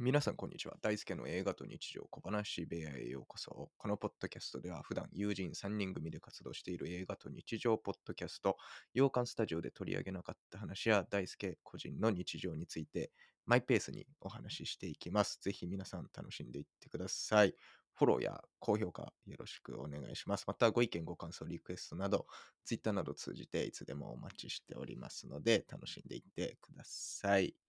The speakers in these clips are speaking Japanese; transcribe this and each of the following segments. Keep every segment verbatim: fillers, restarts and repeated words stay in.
皆さん、こんにちは。大輔の映画と日常小話部屋へようこそ。このポッドキャストでは、普段友人さんにん組で活動している映画と日常ポッドキャスト、洋館スタジオで取り上げなかった話や、大輔個人の日常について、マイペースにお話ししていきます。ぜひ皆さん楽しんでいってください。フォローや高評価よろしくお願いします。また、ご意見、ご感想、リクエストなど、Twitter などを通じていつでもお待ちしておりますので、楽しんでいってください。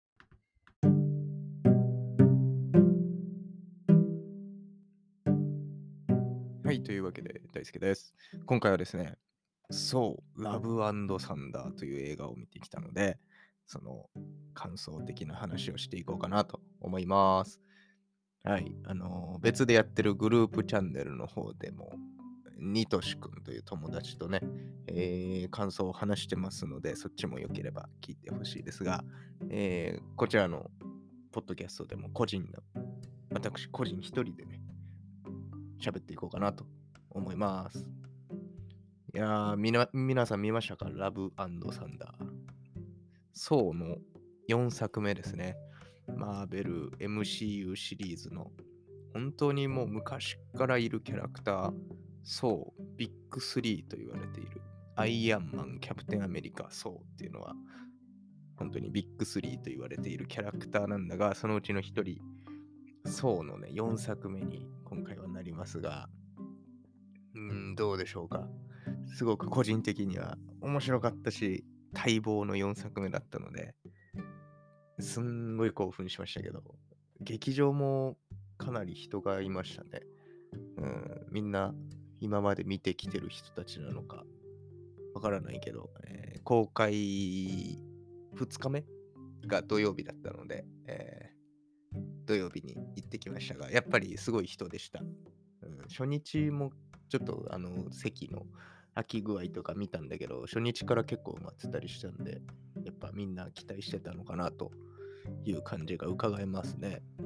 はい、というわけで大輔です。今回はですね、そう、ラブサンダーという映画を見てきたので、その感想的な話をしていこうかなと思います。はい、あのー別でやってるグループチャンネルの方でも、ニトシ君という友達とね、えー感想を話してますので、そっちも良ければ聞いてほしいですが、えーこちらのポッドキャストでも個人の、私個人一人でね、喋っていこうかなと思います。いやー、みな、皆さん見ましたか？ラブサンダー。ソーのよんさくめですね。マーベル エムシーユー シリーズの本当にもう昔からいるキャラクター、ソー、ビッグスリーと言われているアイアンマン、キャプテンアメリカ、ソーっていうのは本当にビッグスリーと言われているキャラクターなんだが、そのうちの一人、ソーのね、よんさくめに今回はなりますが、うーん、どうでしょうか。すごく個人的には面白かったし、待望のよんさくめだったので、すんごい興奮しましたけど、劇場もかなり人がいましたね。うん、みんな今まで見てきてる人たちなのかわからないけど、えー公開ふつかめが土曜日だったので、えー土曜日に行ってきましたが、やっぱりすごい人でした。うん、初日もちょっとあの席の空き具合とか見たんだけど、初日から結構埋まってたりしたんで、やっぱみんな期待してたのかなという感じが伺えますね。うん、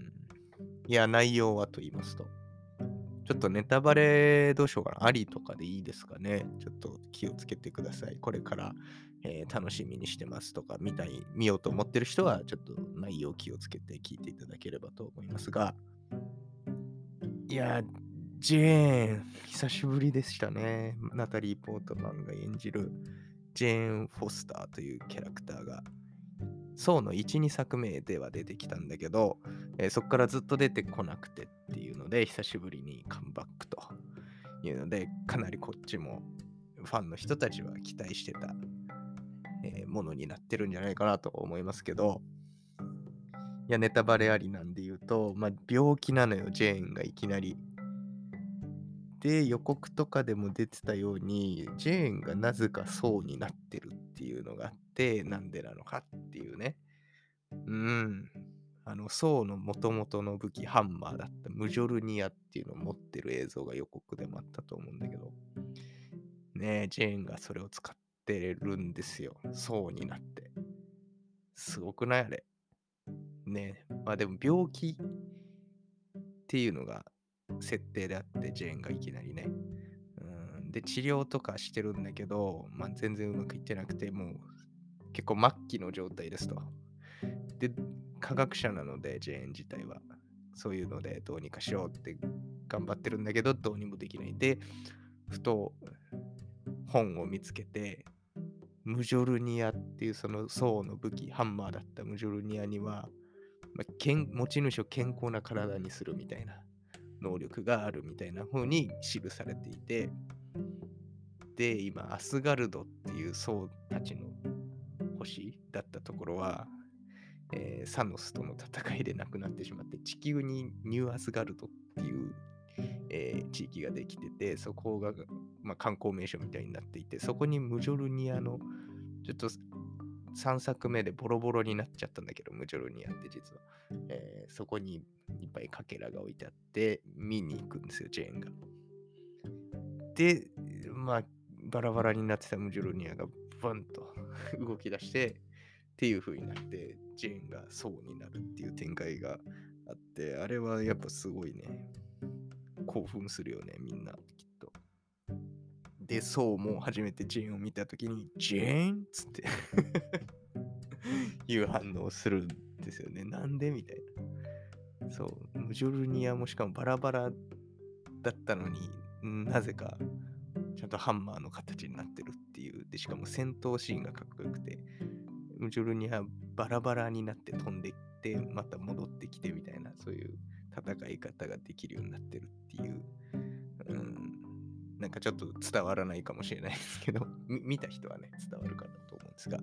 いや、内容はと言いますと、ちょっとネタバレどうしようかな。ありとかでいいですかね。ちょっと気をつけてください。これから、えー楽しみにしてますとか、見たい、見ようと思ってる人は、ちょっと内容気をつけて聞いていただければと思いますが、いや、ジェーン、久しぶりでしたね。ナタリー・ポートマンが演じるジェーン・フォスターというキャラクターが、ソーのいち、にさくめでは出てきたんだけど、えーそこからずっと出てこなくてっていうので、久しぶりにカムバックというので、かなりこっちもファンの人たちは期待してた、えーものになってるんじゃないかなと思いますけど、いや、ネタバレありなんで言うと、まあ、病気なのよ、ジェーンがいきなり。で、予告とかでも出てたように、ジェーンがなぜかそうになってるっていうのがあって、なんでなのかっていうね。うん。あの、ソーの元々の武器、ハンマーだったムジョルニアっていうのを持ってる映像が予告でもあったと思うんだけど、ねえ、ジェーンがそれを使ってるんですよ。ソーになって。すごくないあれ。ねえ。まあでも病気っていうのが設定であって、ジェーンがいきなりね。うん、で、治療とかしてるんだけど、まあ、全然うまくいってなくて、もう結構末期の状態ですと。で、科学者なので、ジェーン自体は。そういうのでどうにかしようって頑張ってるんだけど、どうにもできない。で、ふと本を見つけて、ムジョルニアっていうそのソーの武器、ハンマーだったムジョルニアには、まあ、けん持ち主を健康な体にするみたいな能力があるみたいな風に記されていて、で、今、アスガルドっていうソーたちの星だったところは、えーサノスとの戦いでなくなってしまって、地球にニューアスガルドっていう、えー地域ができてて、そこが、まあ、観光名所みたいになっていて、そこにムジョルニアの、ちょっとさんさくめでボロボロになっちゃったんだけど、ムジョルニアって実は。えーそこにいっぱいかけらが置いてあって、見に行くんですよ、ジェーンが。で、まあ、バラバラになってたムジョルニアがバンと動き出して、っていう風になって、ジェーンがそうになるっていう展開があって、あれはやっぱすごいね、興奮するよね、みんな、きっと。で、そうも初めてジェーンを見たときに、ジェーンっつっていう反応をするんですよね。なんでみたいな。 そう、ムジョルニアもしかもバラバラだったのに、なぜかちゃんとハンマーの形になってるっていう。で、しかも戦闘シーンがかっこよくて、ムジョルニアバラバラになって飛んでって、また戻ってきてみたいな、そういう戦い方ができるようになってるっていう。うん、なんかちょっと伝わらないかもしれないですけど、み見た人はね、伝わるかなと思うんですが、うん、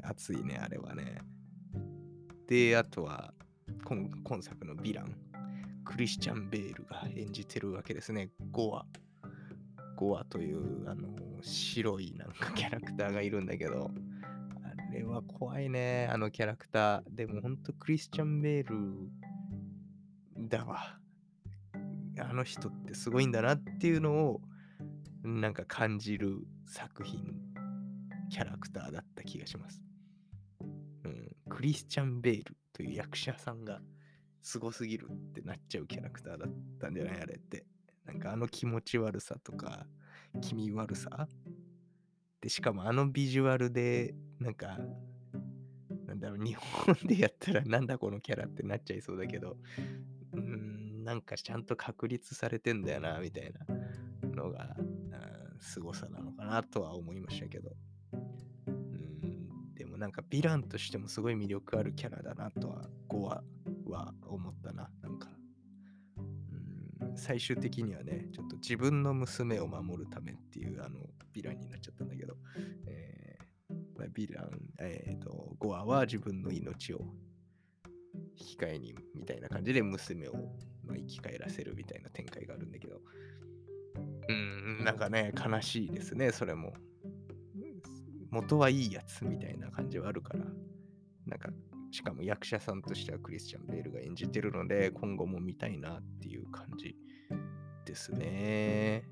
熱いね、あれはね。で、あとは今、今作のヴィラン、クリスチャン・ベールが演じてるわけですね。ゴア。ゴアという、あの、白いなんかキャラクターがいるんだけど、あれは怖いね、あのキャラクター。でもほんとクリスチャン・ベールだわ。あの人ってすごいんだなっていうのを、なんか感じる作品、キャラクターだった気がします。うん、クリスチャン・ベールという役者さんがすごすぎるってなっちゃうキャラクターだったんじゃないあれって。なんかあの気持ち悪さとか、気味悪さで、しかもあのビジュアルで、なんか、なんだろう、日本でやったらなんだこのキャラってなっちゃいそうだけど、うーん、なんかちゃんと確立されてんだよな、みたいなのが、うん、凄さなのかなとは思いましたけど。うーん、でもなんかヴィランとしてもすごい魅力あるキャラだなとは、ゴアは思ったな、なんか。うーん、最終的にはね、ちょっと自分の娘を守るためっていうあのヴィランになっちゃったんだけど、えーまあ、ヴィラン、えっ、と、ゴアは自分の命を引き換えにみたいな感じで娘を、まあ、生き返らせるみたいな展開があるんだけど、うーん、なんかね、悲しいですね、それも。元はいいやつみたいな感じはあるから、なんか、しかも役者さんとしてはクリスチャン・ベールが演じてるので、今後も見たいなっていう感じですね。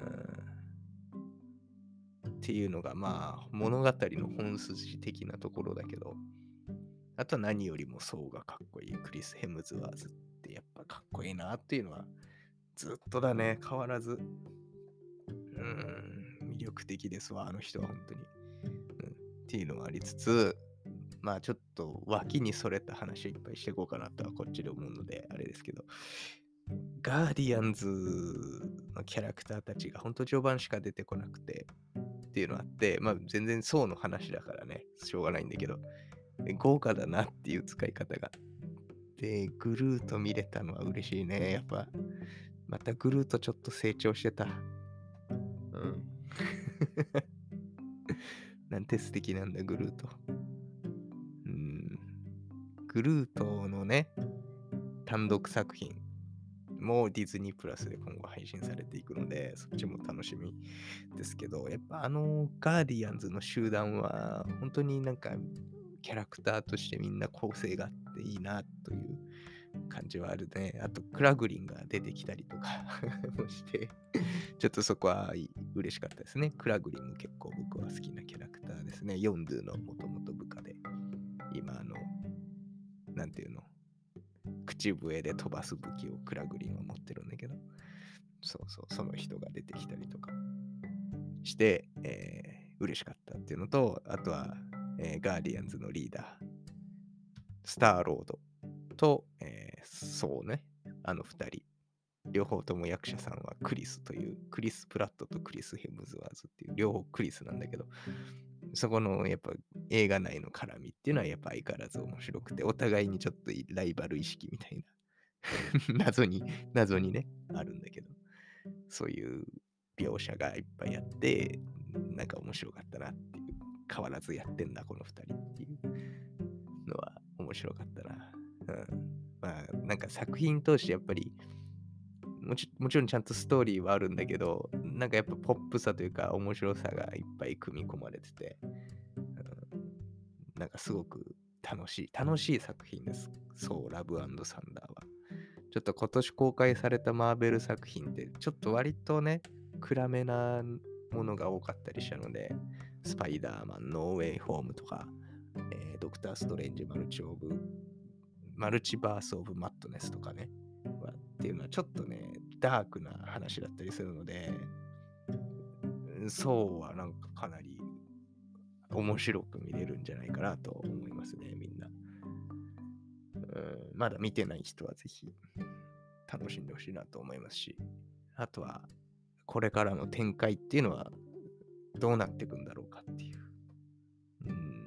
うん、っていうのが、まあ、物語の本筋的なところだけど、あとは何よりもソーがかっこいい。クリス・ヘムズワーズってやっぱかっこいいなっていうのは、ずっとだね、変わらず。うーん、魅力的ですわ、あの人は本当に。うん、っていうのがありつつ、まあちょっと脇にそれた話をいっぱいしていこうかなとはこっちで思うので、あれですけど、ガーディアンズのキャラクターたちが本当序盤しか出てこなくてっていうのあって、まあ全然層の話だからね、しょうがないんだけど、豪華だなっていう使い方が。で、グルート見れたのは嬉しいね。やっぱ、またグルートちょっと成長してた。うん。なんて素敵なんだ、グルート。うん。グルートのね、単独作品もディズニープラスで今後配信されていくので、そっちも楽しみですけど、やっぱあのガーディアンズの集団は、本当になんかキャラクターとしてみんな構成があっていいなという感じはあるね。あと、クラグリンが出てきたりとかもして、ちょっとそこは嬉しかったですね。クラグリンも結構僕は好きなキャラクターですね。ヨンドゥのもともと部下で、今あの、なんていうの、口笛で飛ばす武器をクラグリンは持ってるんだけど、そうそう、その人が出てきたりとかして、えー、嬉しかったっていうのと、あとは、えーガーディアンズのリーダー、スターロードと、えーそうね、あの二人、両方とも役者さんはクリスという、クリス・プラットとクリス・ヘムズワーズっていう、両方クリスなんだけど、そこのやっぱ映画内の絡みっていうのはやっぱ相変わらず面白くて、お互いにちょっとライバル意識みたいな謎に、謎にね、あるんだけど、そういう描写がいっぱいあって、なんか面白かったなっていう、変わらずやってんだ、この二人っていうのは面白かったな。うん、まあ、なんか作品通してやっぱりもち、もちろんちゃんとストーリーはあるんだけど、なんかやっぱポップさというか面白さがいっぱい組み込まれてて、うん、なんかすごく楽しい、楽しい作品です。そう、ラブサンダーは。ちょっと今年公開されたマーベル作品って、ちょっと割とね、暗めなものが多かったりしたので、スパイダーマン、ノーウェイホームとか、えードクター・ストレンジ・マルチ・オブ、マルチバース・オブ・マットネスとかね、っていうのはちょっとね、ダークな話だったりするので、そうはなんかかなり面白く見れるんじゃないかなと思いますね、みんな。 うん、まだ見てない人はぜひ楽しんでほしいなと思いますし、あとは、これからの展開っていうのはどうなっていくんだろうかっていう。うん、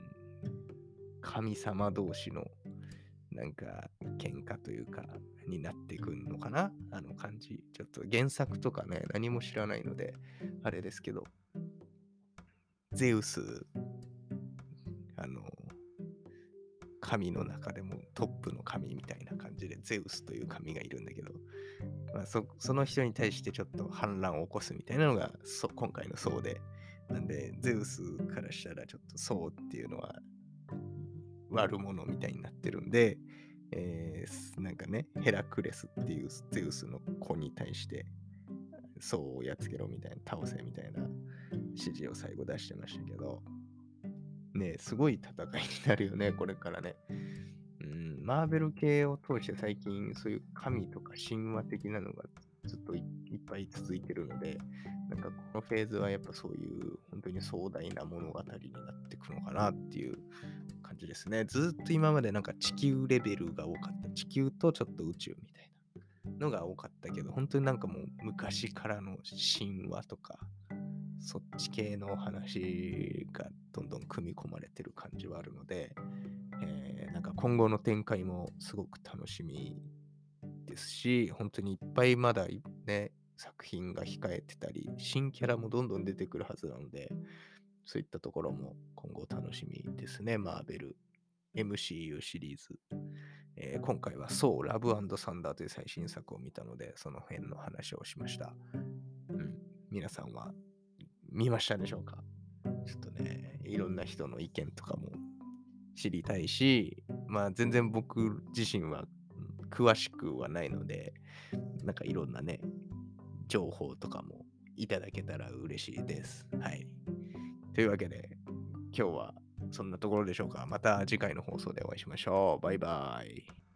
神様同士のなんか喧嘩というか、になっていくのかなあの感じ。ちょっと原作とかね、何も知らないので、あれですけど、ゼウス、あの、神の中でもトップの神みたいな感じで、ゼウスという神がいるんだけど、まあ、そその人に対してちょっと反乱を起こすみたいなのがそ今回のソーで、なんで、ゼウスからしたらちょっとソーっていうのは悪者みたいになってるんで、えーなんかね、ヘラクレスっていうゼウスの子に対して、そうやっつけろみたいな、倒せみたいな指示を最後出してましたけど、ね、すごい戦いになるよね、これからね。うん、マーベル系を通して最近そういう神とか神話的なのがずっとい、いっぱい続いてるので、なんかこのフェーズはやっぱそういう本当に壮大な物語になっていくのかなっていう感じですね。ずっと今までなんか地球レベルが多かった。地球とちょっと宇宙みたいなのが多かったけど、本当になんかもう昔からの神話とか、そっち系の話がどんどん組み込まれてる感じはあるので、えーなんか今後の展開もすごく楽しみですし、本当にいっぱいまだね、作品が控えてたり、新キャラもどんどん出てくるはずなので、そういったところも今後楽しみですね、マーベル。エムシーユー シリーズ。えー今回はそう、ラブサンダーという最新作を見たので、その辺の話をしました。うん。皆さんは見ましたでしょうか？ちょっとね、いろんな人の意見とかも知りたいし、まあ全然僕自身はうん詳しくはないので、なんかいろんなね、情報とかもいただけたら嬉しいです。はい。というわけで、今日はそんなところでしょうか。また次回の放送でお会いしましょう。バイバイ。